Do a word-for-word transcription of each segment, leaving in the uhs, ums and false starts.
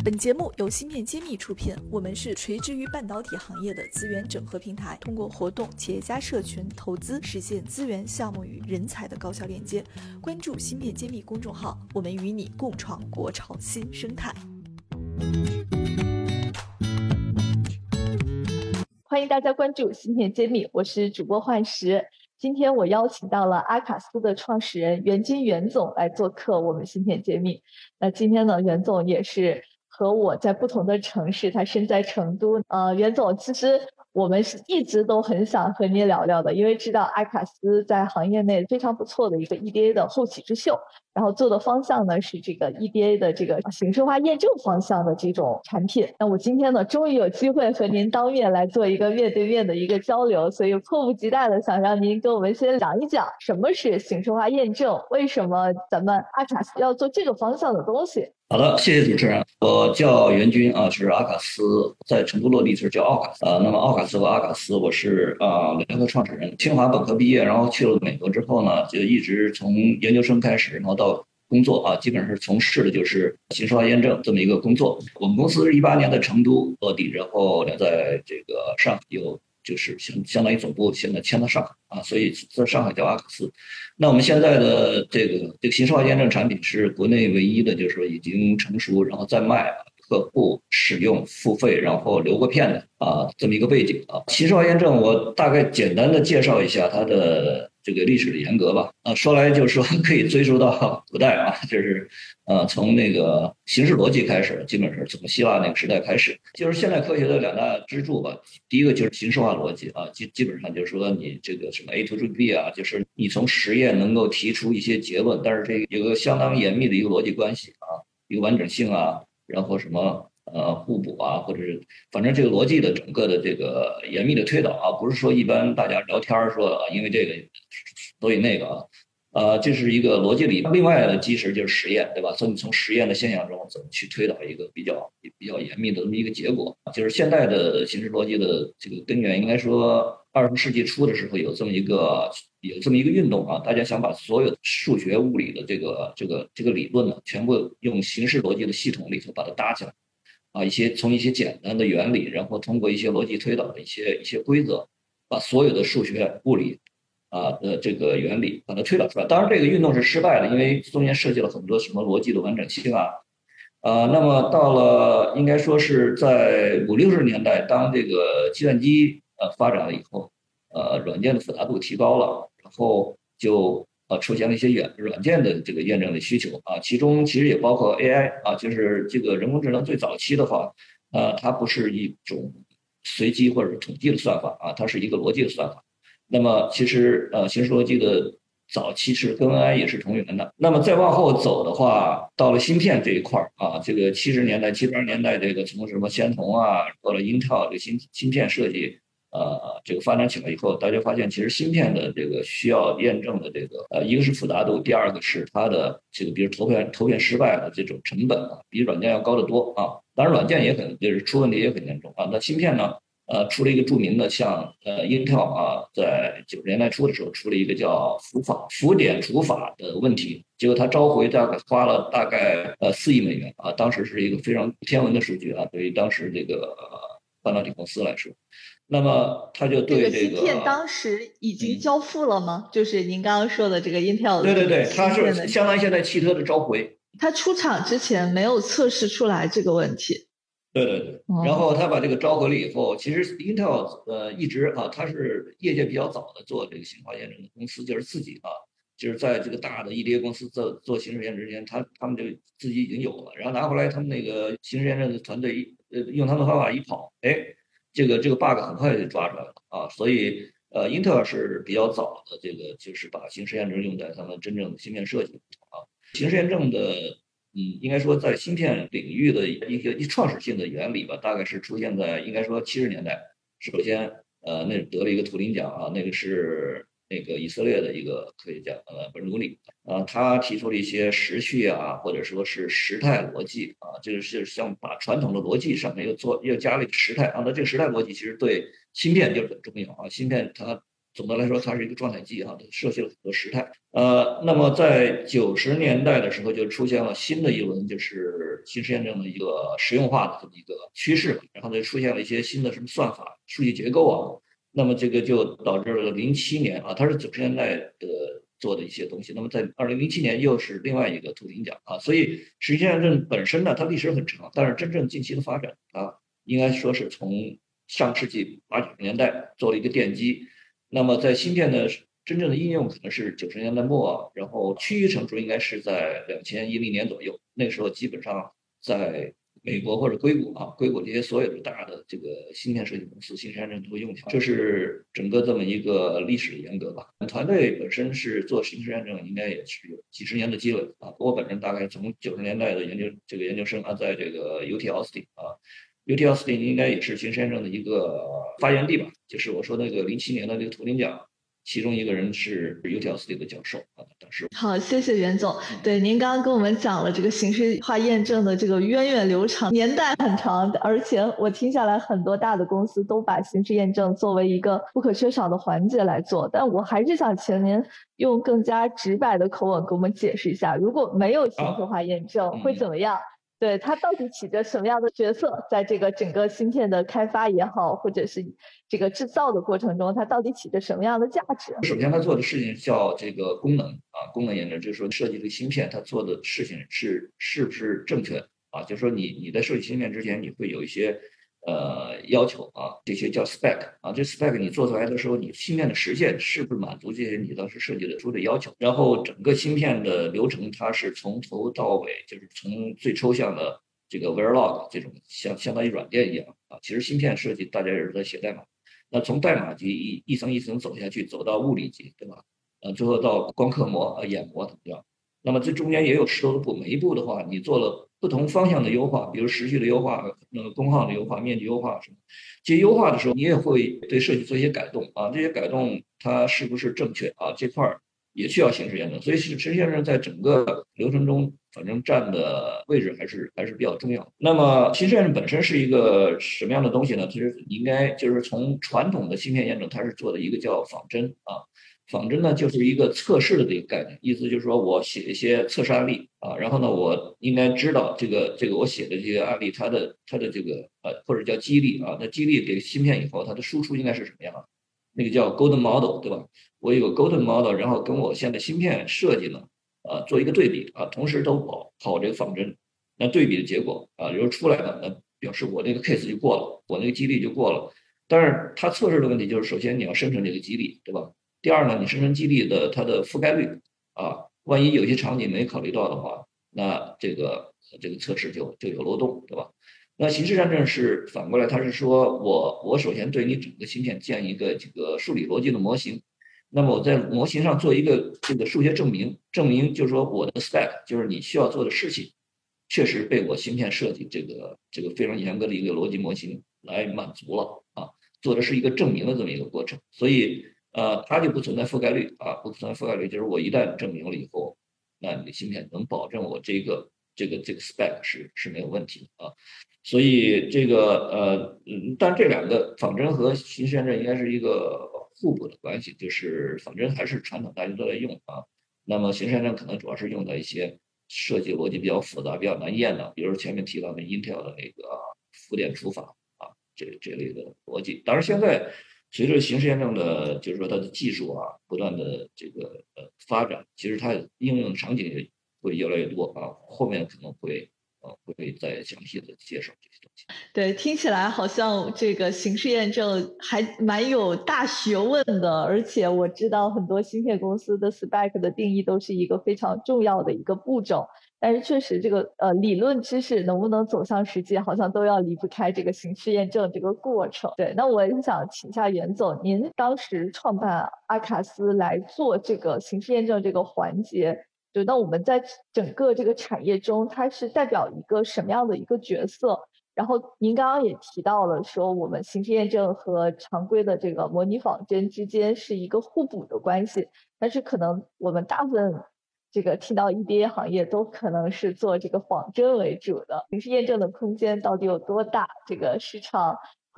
本节目由芯片揭秘出品，我们是垂直于半导体行业的资源整合平台，通过活动、企业家社群、投资，实现资源、项目与人才的高效链接。关注芯片揭秘公众号，我们与你共创国潮新生态。欢迎大家关注芯片揭秘，我是主播幻石。今天我邀请到了阿卡斯的创始人袁军袁总来做客我们芯片揭秘。那今天呢，袁总也是和我在不同的城市，他身在成都。呃，袁总，其实我们是一直都很想和你聊聊的，因为知道阿卡斯在行业内非常不错的一个 E D A 的后起之秀，然后做的方向呢是这个 E D A 的这个形式化验证方向的这种产品。那我今天呢，终于有机会和您当面来做一个面对面的一个交流，所以迫不及待的想让您跟我们先讲一讲什么是形式化验证，为什么咱们阿卡斯要做这个方向的东西。 好的，谢谢主持人。我叫袁军啊，是阿卡斯在成都落地是叫奥卡斯啊。那么奥卡斯和阿卡斯，我是啊两个创始人。清华本科毕业，然后去了美国之后呢，就一直从研究生开始，然后到工作啊，基本上是从事的就是形式化验证这么一个工作。我们公司是一八年在成都落地，然后在这个上海有就是相相当于总部现在迁到上海啊，所以在上海叫阿卡斯。那我们现在的这个这个形式化验证产品是国内唯一的，就是说已经成熟，然后再卖，客户使用付费，然后留过片的啊这么一个背景啊。形式化验证我大概简单的介绍一下它的这个历史的沿革吧。啊，说来就是说可以追溯到古代啊，就是呃从那个形式逻辑开始，基本上从希腊那个时代开始，就是现代科学的两大支柱吧。第一个就是形式化逻辑啊，基基本上就是说你这个什么 A to B 啊，就是你从实验能够提出一些结论，但是这个有个相当严密的一个逻辑关系啊，一个完整性啊，然后什么呃互补啊，或者是反正这个逻辑的整个的这个严密的推导啊，不是说一般大家聊天说啊，因为这个所以那个啊。呃，这是一个逻辑理论，另外的基石就是实验，对吧？所以你从实验的现象中怎么去推导一个比较比较严密的这么一个结果，就是现代的形式逻辑的这个根源，应该说二十世纪初的时候有这么一个有这么一个运动啊，大家想把所有数学物理的这个这个这个理论呢，全部用形式逻辑的系统里头把它搭起来，啊，一些从一些简单的原理，然后通过一些逻辑推导的一些一些规则，把所有的数学物理。啊的这个原理把它推导出来，当然这个运动是失败的，因为中间涉及了很多什么逻辑的完整性啊，呃，那么到了应该说是在五六十年代，当这个计算机呃发展了以后，呃，软件的复杂度提高了，然后就呃出现了一些软软件的这个验证的需求啊，其中其实也包括 A I 啊，就是这个人工智能最早期的话，呃，它不是一种随机或者是统计的算法啊，它是一个逻辑的算法。那么其实呃形式逻辑的早期是跟 N I 也是同源的。那么再往后走的话，到了芯片这一块啊，这个七十年代、七八十年代，这个从什么仙童啊，到了 Intel 这个芯芯片设计，呃，这个发展起来以后，大家发现其实芯片的这个需要验证的这个呃，一个是复杂度，第二个是它的这个比如投片投片失败的这种成本啊，比软件要高得多啊。当然软件也很就是出问题也很严重啊。那芯片呢？呃，出了一个著名的，像呃，Intel 啊，在九十年代初的时候出了一个叫浮法浮点除法的问题，结果他召回大概花了大概呃四亿美元啊，当时是一个非常天文的数据啊，对于当时这个、呃、半导体公司来说，那么他就对这个、 这个芯片当时已经交付了吗？嗯、就是您刚刚说的这个 Intel 的对对对，它是相当于现在汽车的召回， 它出厂之前没有测试出来这个问题。 对对对，然后他把这个召回了以后，其实 Intel 呃一直啊，它是业界比较早的做这个形式化验证的公司，就是自己啊，就是在这个大的 E D A 公司做做形式验证之前，他他们就自己已经有了，然后拿回来他们那个形式验证的团队呃用他们的方法一跑，哎，这个这个 bug 很快就抓出来了啊，所以呃英特尔是比较早的这个就是把形式验证用在他们真正的芯片设计啊，形式验证的。嗯，应该说在芯片领域的一个一创始性的原理吧，大概是出现在应该说七十年代。首先，呃，那得了一个图灵奖啊，那个是那个以色列的一个科学家，呃，本努里，啊，他提出了一些时序啊，或者说是时态逻辑啊，就是像把传统的逻辑上面又做又加了一个时态啊，那这个时态逻辑其实对芯片就很重要啊，芯片它总的来说，它是一个状态机哈，它设计了很多时态。呃，那么在九十年代的时候，就出现了新的一轮就是形式验证的一个实用化的这么一个趋势，然后呢出现了一些新的什么算法、数据结构啊，那么这个就导致了零七年啊，它是九十年代的做的一些东西，那么在二零零七年又是另外一个图灵奖啊，所以实际验证本身呢，它历史很长，但是真正近期的发展啊，应该说是从上世纪八九十年代做了一个奠基。那么在芯片的真正的应用可能是九十年代末，然后趋于成熟应该是在两千一零年左右。那个时候基本上在美国或者硅谷啊，硅谷这些所有的大的这个芯片设计公司、芯片人都会用上。这是整个这么一个历史的严格吧。团队本身是做芯片验证，应该也是有几十年的积累啊。我本人大概从九十年代的研究这个研究生啊，在这个 U T Austin 啊。U T Austin 应该也是形式验证的一个发源地吧，就是我说那个零七年的那个图灵奖，其中一个人是 U T Austin 的教授啊，当时。 好，谢谢袁总。对，您刚刚跟我们讲了这个形式化验证的这个源远流长，年代很长，而且我听下来很多大的公司都把形式验证作为一个不可缺少的环节来做。但我还是想请您用更加直白的口吻给我们解释一下，如果没有形式化验证会怎么样？对，它到底起着什么样的角色，在这个整个芯片的开发也好，或者是这个制造的过程中，它到底起着什么样的价值？ 首先，他做的事情叫这个功能啊，功能验证，就是说设计这个芯片，他做的事情是是不是正确啊？就是说你你在设计芯片之前，你会有一些呃要求啊，这些叫 spec 啊，这 spec 你做出来的时候，你芯片的实现是不是满足这些你当时设计的出的要求？然后整个芯片的流程，它是从头到尾，就是从最抽象的这个 Verilog 这种像相当于软件一样啊，其实芯片设计大家也是在写代码。那从代码级一一层一层走下去，走到物理级，对吧？呃，最后到光刻膜、呃眼膜怎么样？那么这中间也有十多个步，每一步的话，你做了不同方向的优化，比如时序的优化、那个功耗的优化、面积优化什么。这些优化的时候，你也会对设计做一些改动啊。这些改动它是不是正确啊？这块儿也需要形式验证。所以形式验证在整个流程中，反正占的位置还是还是比较重要。那么形式验证本身是一个什么样的东西呢？其实应该就是从传统的芯片验证，它是做的一个叫仿真啊。仿真呢，就是一个测试的这个概念，意思就是说我写一些测试案例啊，然后呢，我应该知道这个这个我写的这些案例，它的它的这个呃或者叫激励啊，那激励这个芯片以后，它的输出应该是什么样？那个叫 golden model 对吧？我有个 golden model，然后跟我现在芯片设计呢，啊做一个对比啊，同时都跑跑这个仿真，那对比的结果啊，如果出来了，那表示我这个 case 就过了，我那个激励就过了。但是它测试的问题就是，首先你要生成这个激励，对吧？第二呢，你生成激励的它的覆盖率啊，万一有些场景没考虑到的话，那这个这个测试就就有漏洞，对吧？那形式验证是反过来，它是说我我首先对你整个芯片建一个这个数理逻辑的模型，那么我在模型上做一个这个数学证明，证明就是说我的 spec 就是你需要做的事情，确实被我芯片设计这个这个非常严格的一个逻辑模型来满足了啊，做的是一个证明的这么一个过程，所以呃它就不存在覆盖率啊，不存在覆盖率，就是我一旦证明了以后，那你的芯片能保证我这个这个这个 spec 是是没有问题的啊。所以这个呃嗯，但这两个仿真和形式验证应该是一个互补的关系，就是仿真还是传统大家都在用啊，那么形式验证可能主要是用在一些设计逻辑比较复杂、比较难验的，比如前面提到的 Intel 的那个浮点除法啊，这这类的逻辑。当然，现在随着形式验证的，就是说它的技术啊不断的这个呃发展，其实它应用场景也会越来越多啊，后面可能会。呃，会再详细的介绍这些东西。 对，听起来好像这个形式验证还蛮有大学问的，而且我知道很多芯片公司的 spec 的定义都是一个非常重要的一个步骤，但是确实这个呃理论知识能不能走向实际，好像都要离不开这个形式验证这个过程。对，那我也想请教袁总，您当时创办阿卡斯来做这个形式验证这个环节。就那我们在整个这个产业中，它是代表一个什么样的一个角色？然后您刚刚也提到了说，我们形式验证和常规的这个模拟仿真之间是一个互补的关系，但是可能我们大部分这个听到 E D A 行业都可能是做这个仿真为主的，形式验证的空间到底有多大？这个市场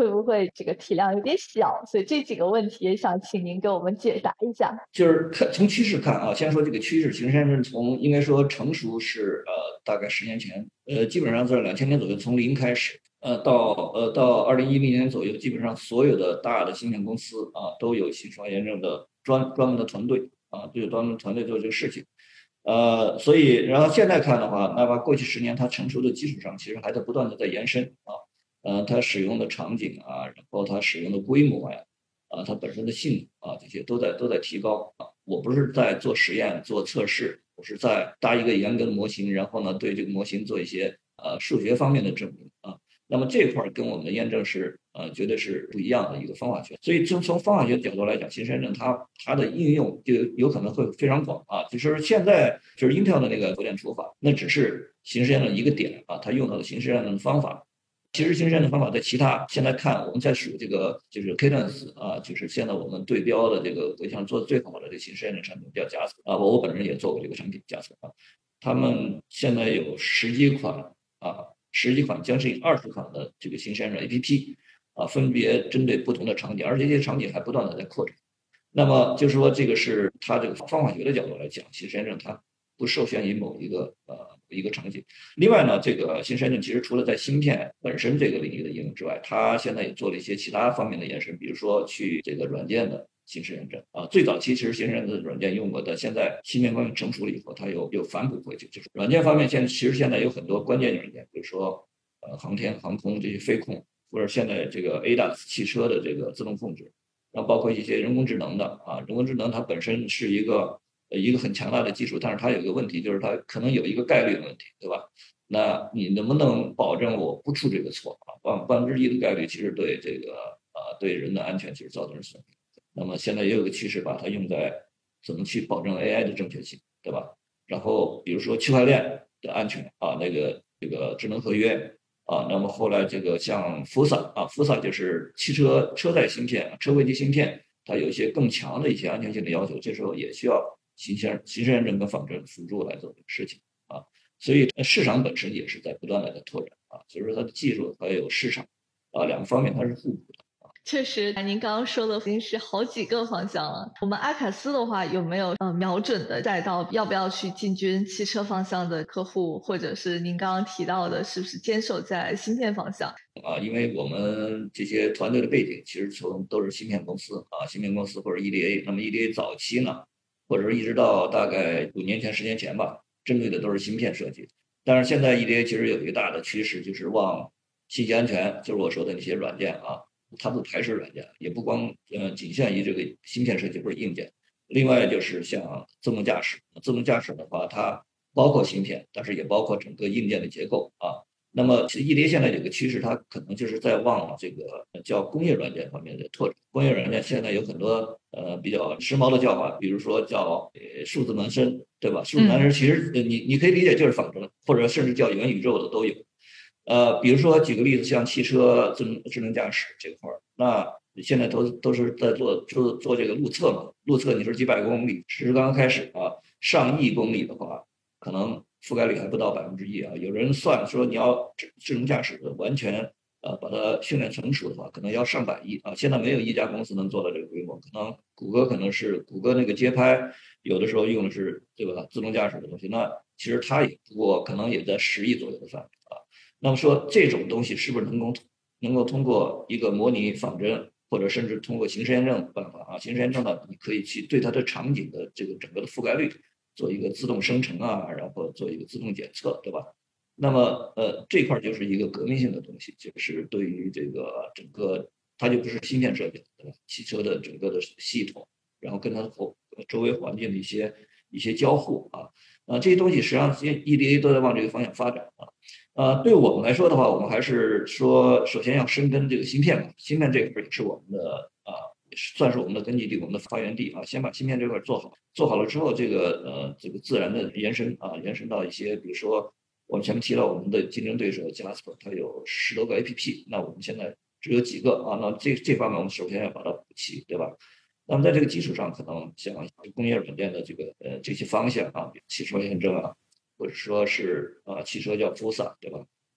会不会这个体量有点小？所以这几个问题也想请您给我们解答一下。 就是看从趋势看啊，先说这个趋势，形式验证从应该说成熟是呃大概十年前，呃基本上在两千年左右从零开始，呃到呃到二零一零年左右，基本上所有的大的芯片公司啊都有形式化验证的专专门的团队啊，都有专门团队做这个事情。呃，所以然后现在看的话，哪怕过去十年它成熟的基础上，其实还在不断的在延伸啊，呃，它使用的场景啊，然后它使用的规模呀，啊，它本身的性能啊，这些都在都在提高啊。我不是在做实验做测试，我是在搭一个严格的模型，然后呢对这个模型做一些呃数学方面的证明啊。那么这块跟我们的验证是呃绝对是不一样的一个方法学，所以从从方法学的角度来讲，形式验证它它的应用就有可能会非常广啊。就是现在就是 Intel 的那个火箭除法，那只是形式验证一个点啊，它用到的形式验证的方法。其实形式验证方法在其他现在看，我们在数这个就是 Cadence 啊，就是现在我们对标的这个我想做的最好的这个形式验证产品叫嘉测啊，我我本人也做过这个产品嘉测啊，他们现在有十几款啊。十几款将近二十款的这个形式验证 A P P 啊，分别针对不同的场景，而且这些场景还不断的在扩展。那么就是说，这个是它这个方法学的角度来讲，形式验证它不受限于某一个呃一个场景。另外呢，这个形式验证其实除了在芯片本身这个领域的应用之外，它现在也做了一些其他方面的延伸，比如说去这个软件的形式验证啊，最早期其实形式验证的软件用过的，现在芯片方面成熟了以后，它又又反哺回去。就是软件方面，现其实现在有很多关键软件，比如说呃航天航空这些飞控，或者现在这个 A D A S 汽车的这个自动控制，然后包括一些人工智能的啊，人工智能它本身是一个呃一个很强大的技术，但是它有一个问题，就是它可能有一个概率的问题，对吧？那你能不能保证我不出这个错啊？百百分之一的概率，其实对这个啊对人的安全其实造成损害。那么现在也有个趋势，把它用在怎么去保证 A I 的正确性，对吧？然后比如说区块链的安全啊，那个这个智能合约啊，那么后来这个像 F S A 啊，F S A 就是汽车车载芯片、车柜体芯片，它有一些更强的一些安全性的要求，这时候也需要形式形式验证跟仿真辅助来做这个事情啊。所以市场本身也是在不断的在拓展啊，所以说它的技术还有市场啊两个方面它是互补的。 确实，您刚刚说的已经是好几个方向了。我们阿卡斯的话，有没有呃瞄准的带到要不要去进军汽车方向的客户，或者是您刚刚提到的，是不是坚守在芯片方向？ 啊，因为我们这些团队的背景其实从都是芯片公司啊，芯片公司或者 E D A。那么 E D A 早期呢，或者是一直到大概五年前、十年前吧，针对的都是芯片设计。但是现在 E D A 其实有一个大的趋势，就是往信息安全，就是我说的那些软件啊。它不排斥软件，也不光呃仅限于这个芯片设计或者硬件。另外就是像自动驾驶，自动驾驶的话，它包括芯片，但是也包括整个硬件的结构啊。那么其实 E D A 现在有个趋势，它可能就是在往这个叫工业软件方面的拓展。工业软件现在有很多呃比较时髦的叫法，比如说叫呃数字孪生，对吧？数字孪生其实你你可以理解就是仿真，或者甚至叫元宇宙的都有。呃，比如说举个例子，像汽车智能智能驾驶这块儿，那现在都都是在做做做这个路测嘛。路测你说几百公里，只是刚刚开始啊，上亿公里的话，可能覆盖率还不到百分之一啊。有人算说你要智智能驾驶的完全呃把它训练成熟的话，可能要上百亿啊。现在没有一家公司能做到这个规模，可能谷歌可能是谷歌那个街拍，有的时候用的是对吧自动驾驶的东西，那其实它也不过可能也在十亿左右的范围啊。那么说这种东西是不是能够能够通过一个模拟仿真，或者甚至通过形式验证的办法啊？形式验证呢，你可以去对它的场景的这个整个的覆盖率做一个自动生成啊，然后做一个自动检测，对吧？那么呃这块就是一个革命性的东西，就是对于这个整个它就不是芯片设计，对吧？汽车的整个的系统，然后跟它后周围环境的一些一些交互啊啊这些东西实际上 E D A 都在往这个方向发展啊。呃，对我们来说的话，我们还是说，首先要深耕这个芯片嘛，芯片这块也是我们的啊、呃，算是我们的根据地，我们的发源地啊。先把芯片这块做好，做好了之后，这个呃，这个自然的延伸啊，延伸到一些，比如说我们前面提到我们的竞争对手 Jasper，它有十多个 A P P，那我们现在只有几个啊，那这这方面我们首先要把它补齐，对吧？那么在这个基础上，可能像工业软件的这个呃这些方向啊，汽车验证啊。或者说是啊，汽车叫 F S A， 对吧？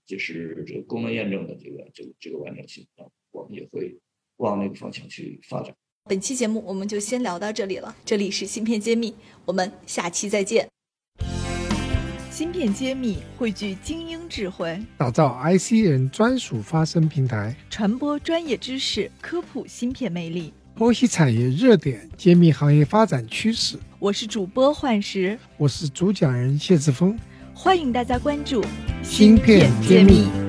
就是这个功能验证的这个这个这个完整性啊，我们也会往那个方向去发展。 本期节目我们就先聊到这里了，这里是芯片揭秘，我们下期再见。芯片揭秘汇聚精英智慧， 打造 I C 人专属发声平台， 传播专业知识，科普芯片魅力， 剖析产业热点，揭秘行业发展趋势。 我是主播幻石， 我是主讲人谢志峰， 欢迎大家关注芯片揭秘。